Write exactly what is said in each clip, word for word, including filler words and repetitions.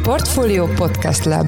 Portfolio Podcast Lab.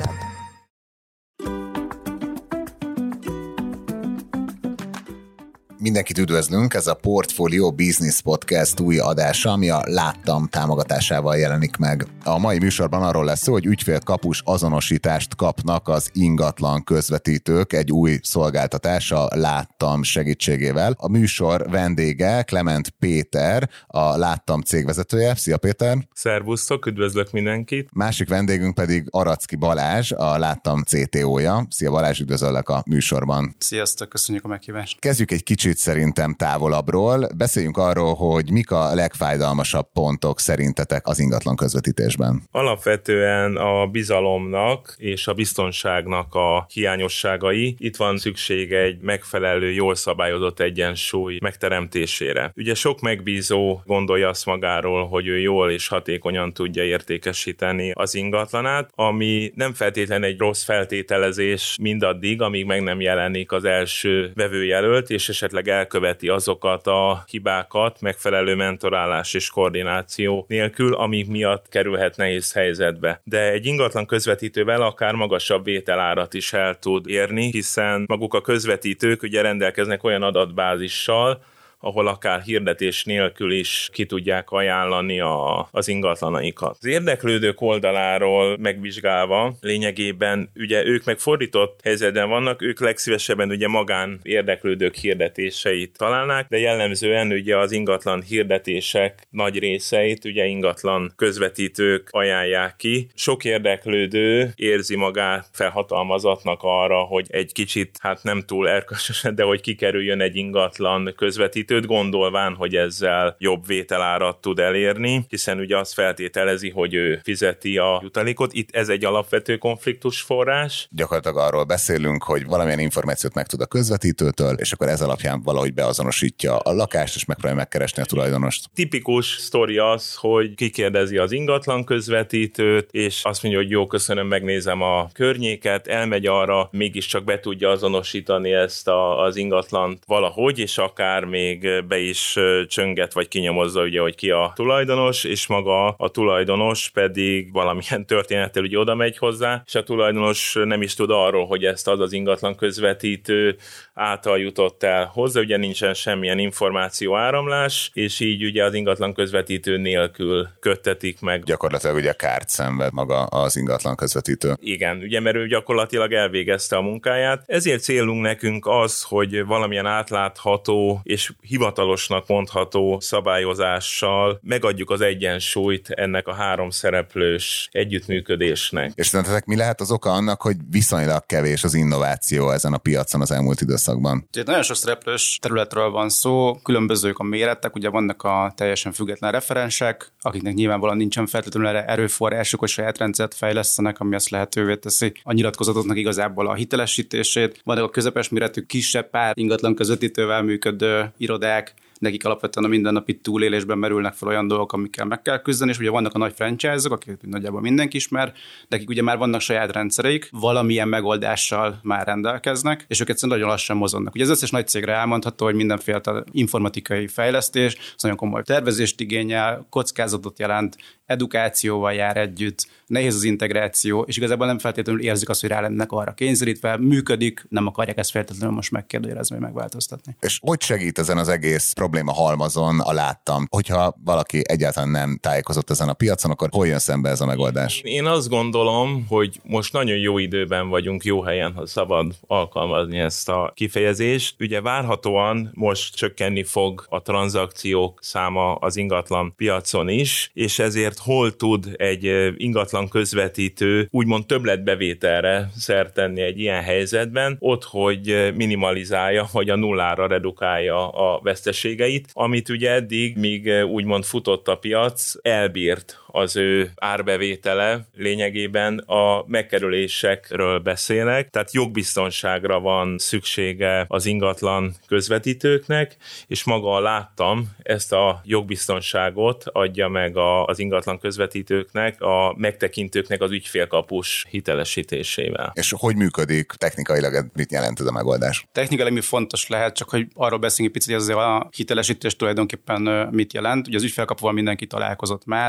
Mindenkit üdvözlünk, ez a Portfolio Business Podcast új adása, ami a Láttam támogatásával jelenik meg. A mai műsorban arról lesz szó, hogy ügyfélkapus azonosítást kapnak az ingatlan közvetítők egy új szolgáltatás a Láttam segítségével. A műsor vendége Klement Péter, a Láttam cégvezetője. Szia Péter! Szervusztok, üdvözlök mindenkit! Másik vendégünk pedig Aracki Balázs, a Láttam cé té ó-ja. Szia Balázs, üdvözöllek a műsorban! Sziasztok, köszönjük a meghívást! Kezdjük egy kicsit szerintem távolabbról. Beszéljünk arról, hogy mik a legfájdalmasabb pontok szerintetek az ingatlan közvetítésben. Alapvetően a bizalomnak és a biztonságnak a hiányosságai. Itt van szükség egy megfelelő, jól szabályozott egyensúly megteremtésére. Ugye sok megbízó gondolja azt magáról, hogy ő jól és hatékonyan tudja értékesíteni az ingatlanát, ami nem feltétlenül egy rossz feltételezés mindaddig, amíg meg nem jelenik az első vevőjelölt, és esetleg elköveti azokat a hibákat megfelelő mentorálás és koordináció nélkül, amik miatt kerülhet nehéz helyzetbe. De egy ingatlan közvetítővel akár magasabb vételárat is el tud érni, hiszen maguk a közvetítők ugye rendelkeznek olyan adatbázissal, ahol akár hirdetés nélkül is ki tudják ajánlani a, az ingatlanaikat. Az érdeklődők oldaláról megvizsgálva lényegében ugye ők meg fordított helyzetben vannak, ők legszívesebben ugye magán érdeklődők hirdetéseit találnák, de jellemzően ugye az ingatlan hirdetések nagy részeit ugye ingatlan közvetítők ajánlják ki. Sok érdeklődő érzi magát felhatalmazatnak arra, hogy egy kicsit, hát nem túl erkölcsösen, de hogy kikerüljön egy ingatlan közvetítő, őt gondolván, hogy ezzel jobb vételárat tud elérni, hiszen ugye azt feltételezi, hogy ő fizeti a jutalékot. Itt ez egy alapvető konfliktus forrás. Gyakorlatilag arról beszélünk, hogy valamilyen információt megtud a közvetítőtől, és akkor ez alapján valahogy beazonosítja a lakást, és megpróbálja megkeresni a tulajdonost. Tipikus sztori az, hogy kikérdezi az ingatlan közvetítőt, és azt mondja, hogy jó, köszönöm, megnézem a környéket, elmegy arra, mégiscsak be tudja azonosítani ezt a, az ingatlant valahogy, és akár még be is csönget, vagy kinyomozza, ugye, hogy ki a tulajdonos, és maga a tulajdonos pedig valamilyen történettel ugye oda megy hozzá, és a tulajdonos nem is tud arról, hogy ezt az az ingatlan közvetítő által jutott el hozzá, ugye nincsen semmilyen információ áramlás, és így ugye az ingatlan közvetítő nélkül köttetik meg. Gyakorlatilag ugye kárt szenved maga az ingatlan közvetítő. Igen, ugye, mert ő gyakorlatilag elvégezte a munkáját. Ezért célunk nekünk az, hogy valamilyen átlátható és hivatalosnak mondható szabályozással megadjuk az egyensúlyt ennek a három szereplős együttműködésnek. És szerintetek mi lehet az oka annak, hogy viszonylag kevés az innováció ezen a piacon az elmúlt időszakban? Ugye nagyon sok szereplős területről van szó, különbözők a méretek, ugye vannak a teljesen független referensek, akiknek nyilvánvalóan nincsen feltétlenül erre erőforrásuk, hogy saját rendszert fejlesztenek, ami azt lehetővé teszi a nyilatkozatoknak igazából a hitelesítését. Vannak a közepes méretű kisebb pár ingatlan közvetítővel működő irodák, nekik alapvetően a mindennapi túlélésben merülnek fel olyan dolgok, amikkel meg kell küzdeni, és ugye vannak a nagy franchise-ok, akiket nagyjából mindenki ismer, nekik ugye már vannak saját rendszereik, valamilyen megoldással már rendelkeznek, és ők egyszerűen nagyon lassan mozognak. Ugye az összes nagy cégre elmondható, hogy mindenféle informatikai fejlesztés, az nagyon komoly tervezést igényel, kockázatot jelent, edukációval jár együtt, nehéz az integráció, és igazából nem feltétlenül érzik azt, hogy rá lennek arra kényszerítve, működik, nem akarják ezt feltétlenül most megkérdőjelezni, vagy megváltoztatni. És hogy segít ezen az egész probléma halmazon a Láttam? Hogyha valaki egyáltalán nem tájékozott ezen a piacon, akkor hol jön szembe ez a megoldás? Én azt gondolom, hogy most nagyon jó időben vagyunk, jó helyen, ha szabad alkalmazni ezt a kifejezést. Ugye várhatóan most csökkenni fog a tranzakciók száma az ingatlan piacon is, és ezért hol tud egy ingatlan közvetítő úgymond többletbevételre szert tenni egy ilyen helyzetben, ott, hogy minimalizálja, vagy a nullára redukálja a veszteségeit, amit ugye eddig, míg úgymond futott a piac, elbírt az ő árbevétele, lényegében a megkerülésekről beszélek, tehát jogbiztonságra van szüksége az ingatlan közvetítőknek, és maga a Láttam ezt a jogbiztonságot adja meg az ingatlan közvetítőknek, a megtekintőknek az ügyfélkapus hitelesítésével. És hogy működik technikailag, mit jelent ez a megoldás? Technikailag mi fontos lehet, csak hogy arról beszélünk egy picit, hogy azért a hitelesítés tulajdonképpen mit jelent. Ugye az ügyfélkapuval mindenki találkozott már,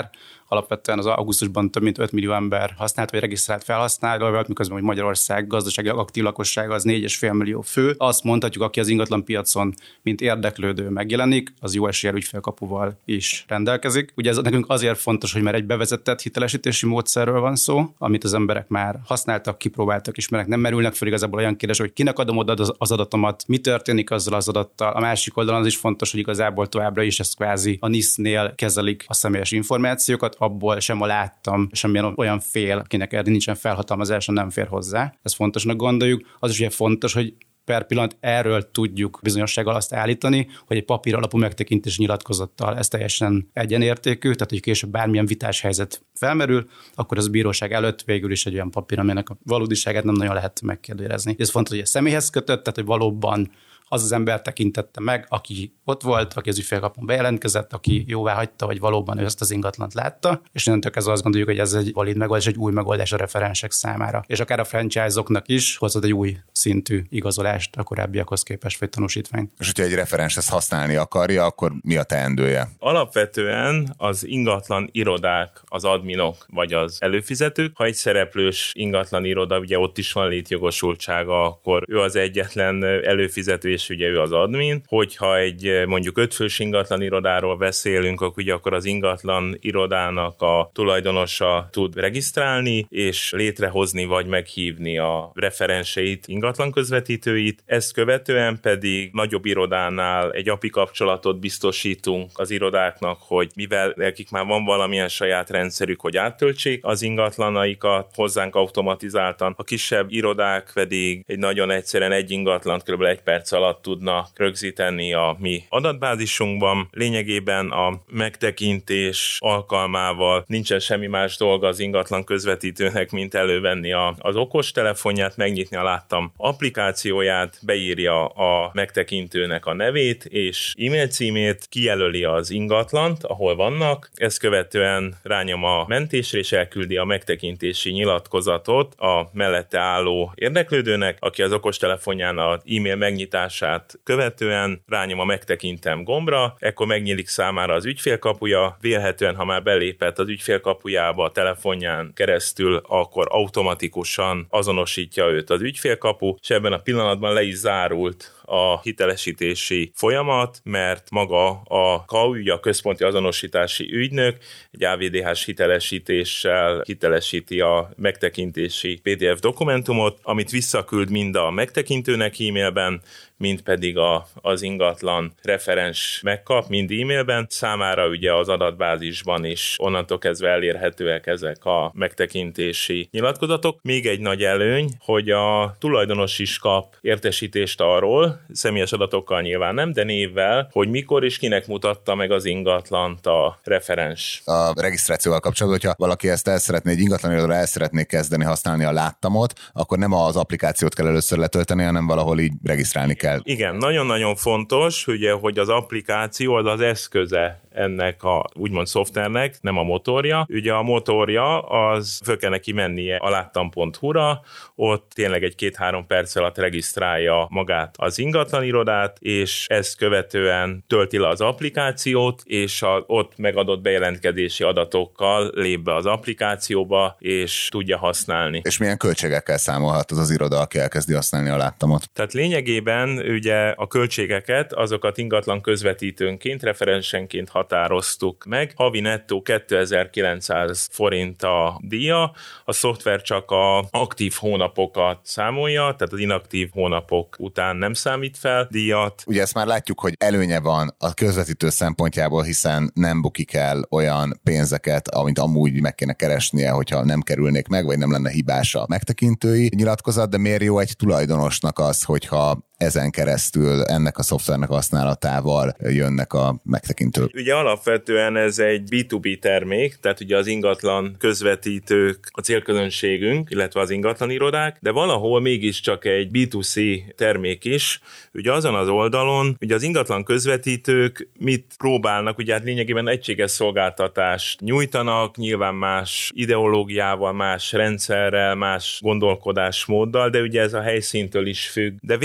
alapvetően az augusztusban több mint öt millió ember használt, vagy regisztrált felhasználó volt, miközben hogy Magyarország gazdaságilag aktív lakossága az négy egész öt millió fő. Azt mondhatjuk, aki az ingatlan piacon mint érdeklődő megjelenik, az jó eséllyel ügyfélkapuval is rendelkezik. Ugye ez nekünk azért fontos, hogy már egy bevezetett hitelesítési módszerről van szó, amit az emberek már használtak, kipróbáltak, ismernek, nem merülnek fel igazából olyan kérdés, hogy kinek adom oda az adatomat, mi történik azzal az adattal. A másik oldalon az is fontos, hogy igazából továbbra is ez kvázi a nisznél kezelik a személyes információkat, abból sem a láttam, semmilyen olyan fél, akinek erre nincsen felhatalmazása, nem fér hozzá. Ez fontosnak gondoljuk. Az is ugye fontos, hogy per pillanat erről tudjuk bizonyossággal azt állítani, hogy egy papír alapú megtekintés nyilatkozattal ez teljesen egyenértékű, tehát hogy később bármilyen vitás helyzet felmerül, akkor az bíróság előtt végül is egy olyan papír, aminek a valódiságát nem nagyon lehet megkérdőjelezni. Ez fontos, hogy a személyhez kötött, tehát hogy valóban az az ember tekintette meg, aki ott volt, aki az ügyfélkapun bejelentkezett, aki jóvá hagyta, hogy valóban ő ezt az ingatlant látta, és innentől kezdve azt gondoljuk, hogy ez egy valid megoldás, egy új megoldás a referensek számára. És akár a franchise-oknak is hozott egy új szintű igazolást a korábbiakhoz képest, vagy tanúsítványt. És hogyha egy referens ezt használni akarja, akkor mi a teendője? Alapvetően az ingatlan irodák, az adminok vagy az előfizetők, ha egy szereplős ingatlan iroda, ugye ott is van létjogosultsága, akkor ő az egyetlen előfizető, és ugye ő az admin, hogyha egy mondjuk ötfős ingatlan irodáról beszélünk, akkor ugye akkor az ingatlan irodának a tulajdonosa tud regisztrálni, és létrehozni vagy meghívni a referenseit, ingatlan közvetítőit, ezt követően pedig nagyobb irodánál egy á pé i kapcsolatot biztosítunk az irodáknak, hogy mivel nekik már van valamilyen saját rendszerük, hogy áttöltsék az ingatlanaikat hozzánk automatizáltan, a kisebb irodák pedig egy nagyon egyszerűen egy ingatlant kb. egy perc alatt tudnak rögzíteni a mi adatbázisunkban. Lényegében a megtekintés alkalmával nincsen semmi más dolga az ingatlan közvetítőnek, mint elővenni a, az okostelefonját, megnyitni a Láttam applikációját, beírja a megtekintőnek a nevét és e-mail címét, kijelöli az ingatlant, ahol vannak, ezt követően rányom a mentésre és elküldi a megtekintési nyilatkozatot a mellette álló érdeklődőnek, aki az okostelefonján az e-mail megnyitását követően rányom a megtekintem gombra, ekkor megnyílik számára az ügyfélkapuja, vélhetően, ha már belépett az ügyfélkapujába a telefonján keresztül, akkor automatikusan azonosítja őt az ügyfélkapu, és ebben a pillanatban le is zárult a hitelesítési folyamat, mert maga a ká á u, ugye a Központi Azonosítási Ügynök egy á vé dé hás hitelesítéssel hitelesíti a megtekintési pé dé ef dokumentumot, amit visszaküld mind a megtekintőnek e-mailben, mind pedig a, az ingatlan referens megkap, mind e-mailben. Számára ugye az adatbázisban is onnantól kezdve elérhetőek ezek a megtekintési nyilatkozatok. Még egy nagy előny, hogy a tulajdonos is kap értesítést arról, személyes adatokkal nyilván nem, de névvel, hogy mikor és kinek mutatta meg az ingatlant a referens. A regisztrációval kapcsolatban, hogyha valaki ezt el szeretné, egy ingatlan irodára el szeretné kezdeni használni a Láttamot, akkor nem az applikációt kell először letölteni, hanem valahol így regisztrálni kell. Igen, nagyon-nagyon fontos, ugye, hogy az applikáció az az eszköze ennek a úgymond szoftvernek, nem a motorja. Ugye a motorja, az föl kell neki mennie a láttam pont hu-ra, ott tényleg egy két-három perc alatt regisztrálja magát az ingatlan irodát, és ezt követően tölti le az applikációt, és az ott megadott bejelentkezési adatokkal lép be az applikációba, és tudja használni. És milyen költségekkel számolhat az az iroda, aki elkezdi használni a Láttamot? Tehát lényegében ugye a költségeket, azokat ingatlan közvetítőnként, referensenként határoztuk meg. Havi nettó kétezer-kilencszáz forint a díja, a szoftver csak az aktív hónapokat számolja, tehát az inaktív hónapok után nem számít fel díjat. Ugye ezt már látjuk, hogy előnye van a közvetítő szempontjából, hiszen nem bukik el olyan pénzeket, amit amúgy meg kéne keresnie, hogyha nem kerülnék meg, vagy nem lenne hibás a megtekintői nyilatkozat, de miért jó egy tulajdonosnak az, hogyha ezen keresztül ennek a szoftvernek használatával jönnek a megtekintők? Ugye alapvetően ez egy bé kettő bé termék, tehát ugye az ingatlan közvetítők a célközönségünk, illetve az ingatlan irodák, de valahol mégiscsak egy bé kettő cé termék is. Ugye azon az oldalon, ugye az ingatlan közvetítők mit próbálnak, ugye hát lényegében egységes szolgáltatást nyújtanak, nyilván más ideológiával, más rendszerrel, más gondolkodásmóddal, de ugye ez a helyszíntől is függ. De végre azt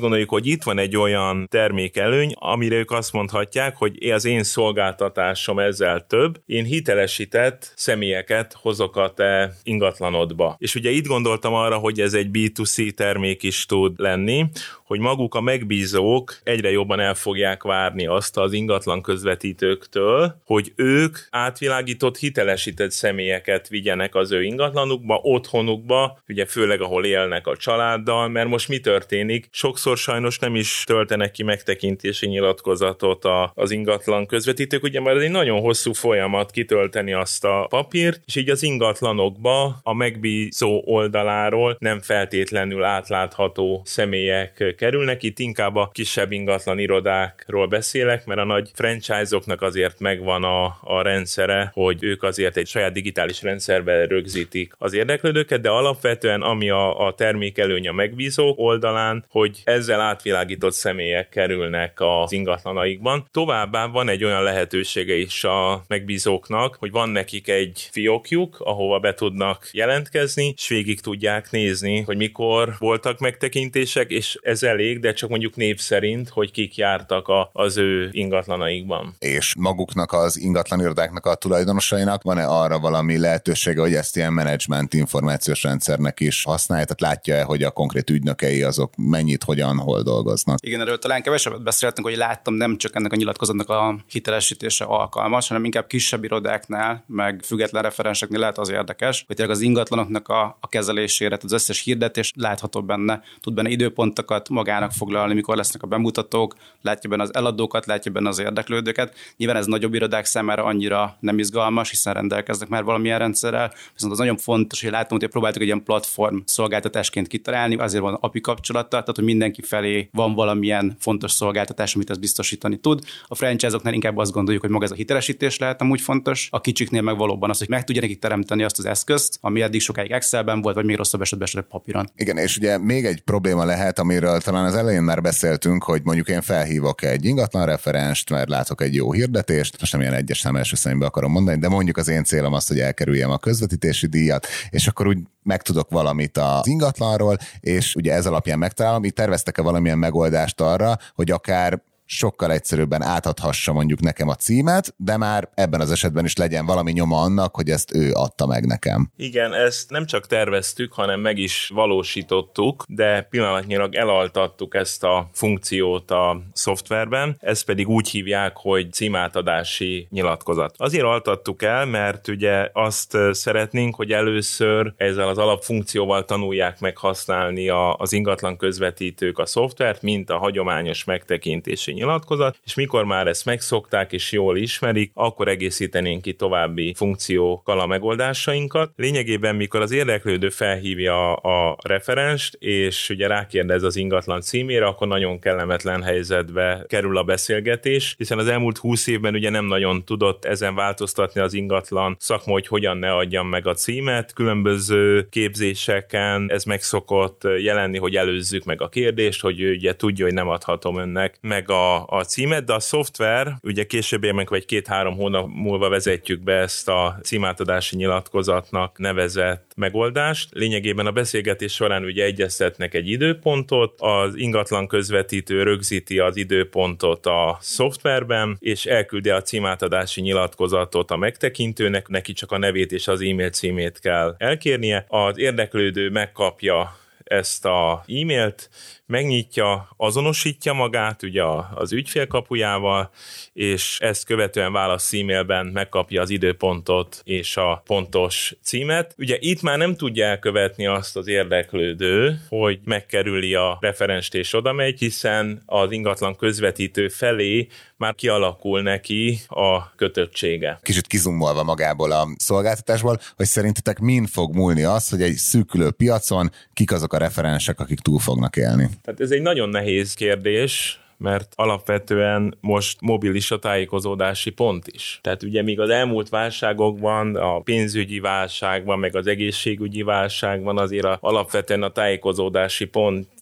gondoljuk, hogy itt van egy olyan termékelőny, amire ők azt mondhatják, hogy az én szolgáltatásom ezzel több, én hitelesített személyeket hozok a te ingatlanodba. És ugye itt gondoltam arra, hogy ez egy bé kettő cé termék is tud lenni, hogy maguk a megbízók egyre jobban el fogják várni azt az ingatlan közvetítőktől, hogy ők átvilágított, hitelesített személyeket vigyenek az ő ingatlanukba, otthonukba, ugye főleg ahol élnek a családdal, mert most mi történik? Sokszor sajnos nem is töltenek ki megtekintési nyilatkozatot az ingatlan közvetítők, ugye már ez egy nagyon hosszú folyamat kitölteni azt a papírt, és így az ingatlanokba a megbízó oldaláról nem feltétlenül átlátható személyek kerülnek. Itt inkább a kisebb ingatlan irodákról beszélek, mert a nagy franchise-oknak azért megvan a, a rendszere, hogy ők azért egy saját digitális rendszerbe rögzítik az érdeklődőket, de alapvetően ami a, a termékelőny a megbízók oldalán, hogy ezzel átvilágított személyek kerülnek az ingatlanaikban. Továbbá van egy olyan lehetősége is a megbízóknak, hogy van nekik egy fiókjuk, ahova be tudnak jelentkezni, és végig tudják nézni, hogy mikor voltak megtekintések, és ez elég, de csak mondjuk név szerint, hogy kik jártak a, az ő ingatlanaikban. És maguknak az ingatlanirodáknak a tulajdonosainak van-e arra valami lehetősége, hogy ezt ilyen menedzsment információs rendszernek is használja, tehát látja-e, hogy a konkrét ügynökei azok mennyit, hogyan, hol dolgoznak? Igen, erről talán kevesebbet beszéltünk, hogy láttam, nem csak ennek a nyilatkozatnak a hitelesítése alkalmas, hanem inkább kisebb irodáknál, meg független referenseknél lehet az érdekes, hogy tényleg az ingatlanoknak a, a kezelésére, az összes hirdetés látható benne, tud benne időpontokat magának foglalni, mikor lesznek a bemutatók, látja benne az eladókat, látja benne az érdeklődőket. Nyilván ez nagyobb irodák számára annyira nem izgalmas, hiszen rendelkeznek már valamilyen rendszerrel, viszont az nagyon fontos, hogy látom, hogy próbáltuk egy ilyen platform szolgáltatásként kitalálni, azért van á pé i kapcsolata, tehát hogy mindenki felé van valamilyen fontos szolgáltatás, amit ez biztosítani tud. A franchise-oknál inkább azt gondoljuk, hogy maga ez a hitelesítés lehet amúgy fontos, a kicsiknél meg valóban az, hogy meg tudja nekik teremteni azt az eszközt, ami eddig sokáig Excelben volt, vagy még rosszabb esetben esetleg papíron. Igen, és ugye még egy probléma lehet, amiről talán az elején már beszéltünk, hogy mondjuk én felhívok egy ingatlan referenst, mert látok egy jó hirdetést, most nem ilyen egyes szám első személybe akarom mondani, de mondjuk az én célom az, hogy elkerüljem a közvetítési díjat, és akkor úgy megtudok valamit az ingatlanról, és ugye ez alapján megtalálom, így terveztek-e valamilyen megoldást arra, hogy akár sokkal egyszerűbben átadhassa mondjuk nekem a címet, de már ebben az esetben is legyen valami nyoma annak, hogy ezt ő adta meg nekem. Igen, ezt nem csak terveztük, hanem meg is valósítottuk, de pillanatnyilag elaltattuk ezt a funkciót a szoftverben, ezt pedig úgy hívják, hogy címátadási nyilatkozat. Azért altattuk el, mert ugye azt szeretnénk, hogy először ezzel az alapfunkcióval tanulják meg használni a, az ingatlan közvetítők a szoftvert, mint a hagyományos megtekintési nyilatkozat, és mikor már ezt megszokták és jól ismerik, akkor egészítenénk ki további funkciókkal a megoldásainkat. Lényegében, mikor az érdeklődő felhívja a, a referenst, és ugye rákérdez az ingatlan címére, akkor nagyon kellemetlen helyzetbe kerül a beszélgetés, hiszen az elmúlt húsz évben ugye nem nagyon tudott ezen változtatni az ingatlan szakma, hogy hogyan ne adjam meg a címet. Különböző képzéseken ez meg szokott jelenni, hogy előzzük meg a kérdést, hogy ő ugye tudja, hogy nem adhatom önnek meg a a címet, de a szoftver, ugye később vagy két-három hónap múlva vezetjük be ezt a címátadási nyilatkozatnak nevezett megoldást. Lényegében a beszélgetés során ugye egyeztetnek egy időpontot, az ingatlan közvetítő rögzíti az időpontot a szoftverben, és elküldi a címátadási nyilatkozatot a megtekintőnek, neki csak a nevét és az e-mail címét kell elkérnie. Az érdeklődő megkapja ezt a e-mailt, megnyitja, azonosítja magát ugye az ügyfélkapujával, és ezt követően válasz e-mailben megkapja az időpontot és a pontos címet. Ugye itt már nem tudja elkövetni azt az érdeklődő, hogy megkerüli a referenst és oda megy, hiszen az ingatlan közvetítő felé már kialakul neki a kötöttsége. Kicsit kizumolva magából a szolgáltatásból, hogy szerintetek min fog múlni az, hogy egy szűkülő piacon kik azok a referensek, akik túl fognak élni? Tehát ez egy nagyon nehéz kérdés, mert alapvetően most mobilis a tájékozódási pont is. Tehát ugye még az elmúlt válságokban, a pénzügyi válságban, meg az egészségügyi válságban azért a, alapvetően a tájékozódási pont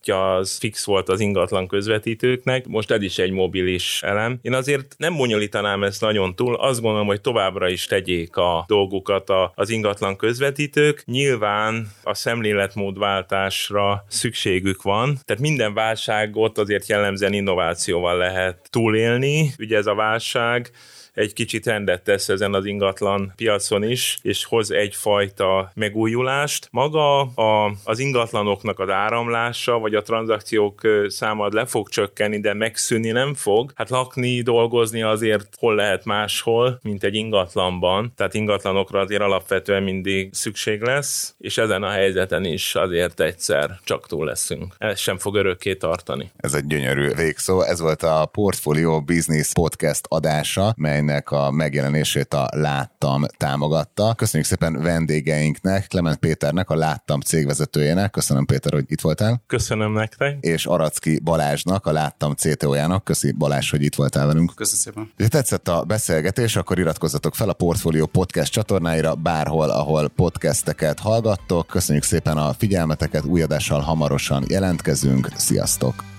kártya az fix volt az ingatlan közvetítőknek, most ez is egy mobilis elem. Én azért nem bonyolítanám ezt nagyon túl, azt gondolom, hogy továbbra is tegyék a dolgukat az ingatlan közvetítők. Nyilván a szemléletmódváltásra szükségük van, tehát minden válságot azért jellemzően innovációval lehet túlélni. Ugye ez a válság egy kicsit rendet tesz ezen az ingatlan piacon is, és hoz egyfajta megújulást. Maga a, az ingatlanoknak az áramlása, vagy a tranzakciók száma le fog csökkenni, de megszűnni nem fog. Hát lakni, dolgozni azért hol lehet máshol, mint egy ingatlanban. Tehát ingatlanokra azért alapvetően mindig szükség lesz, és ezen a helyzeten is azért egyszer csak túl leszünk. Ez sem fog örökké tartani. Ez egy gyönyörű végszó. Ez volt a Portfolio Business Podcast adása, mely a megjelenését a Láttam támogatta. Köszönjük szépen vendégeinknek, Klement Péternek, a Láttam cégvezetőjének. Köszönöm, Péter, hogy itt voltál. Köszönöm nektek. És Aracki Balázsnak, a Láttam cé té ó-jának. Köszi, Balázs, hogy itt voltál velünk. Köszönöm szépen. Ha tetszett a beszélgetés, akkor iratkozzatok fel a Portfolio Podcast csatornáira, bárhol, ahol podcasteket hallgattok. Köszönjük szépen a figyelmeteket, új adással hamarosan jelentkezünk. Sziasztok!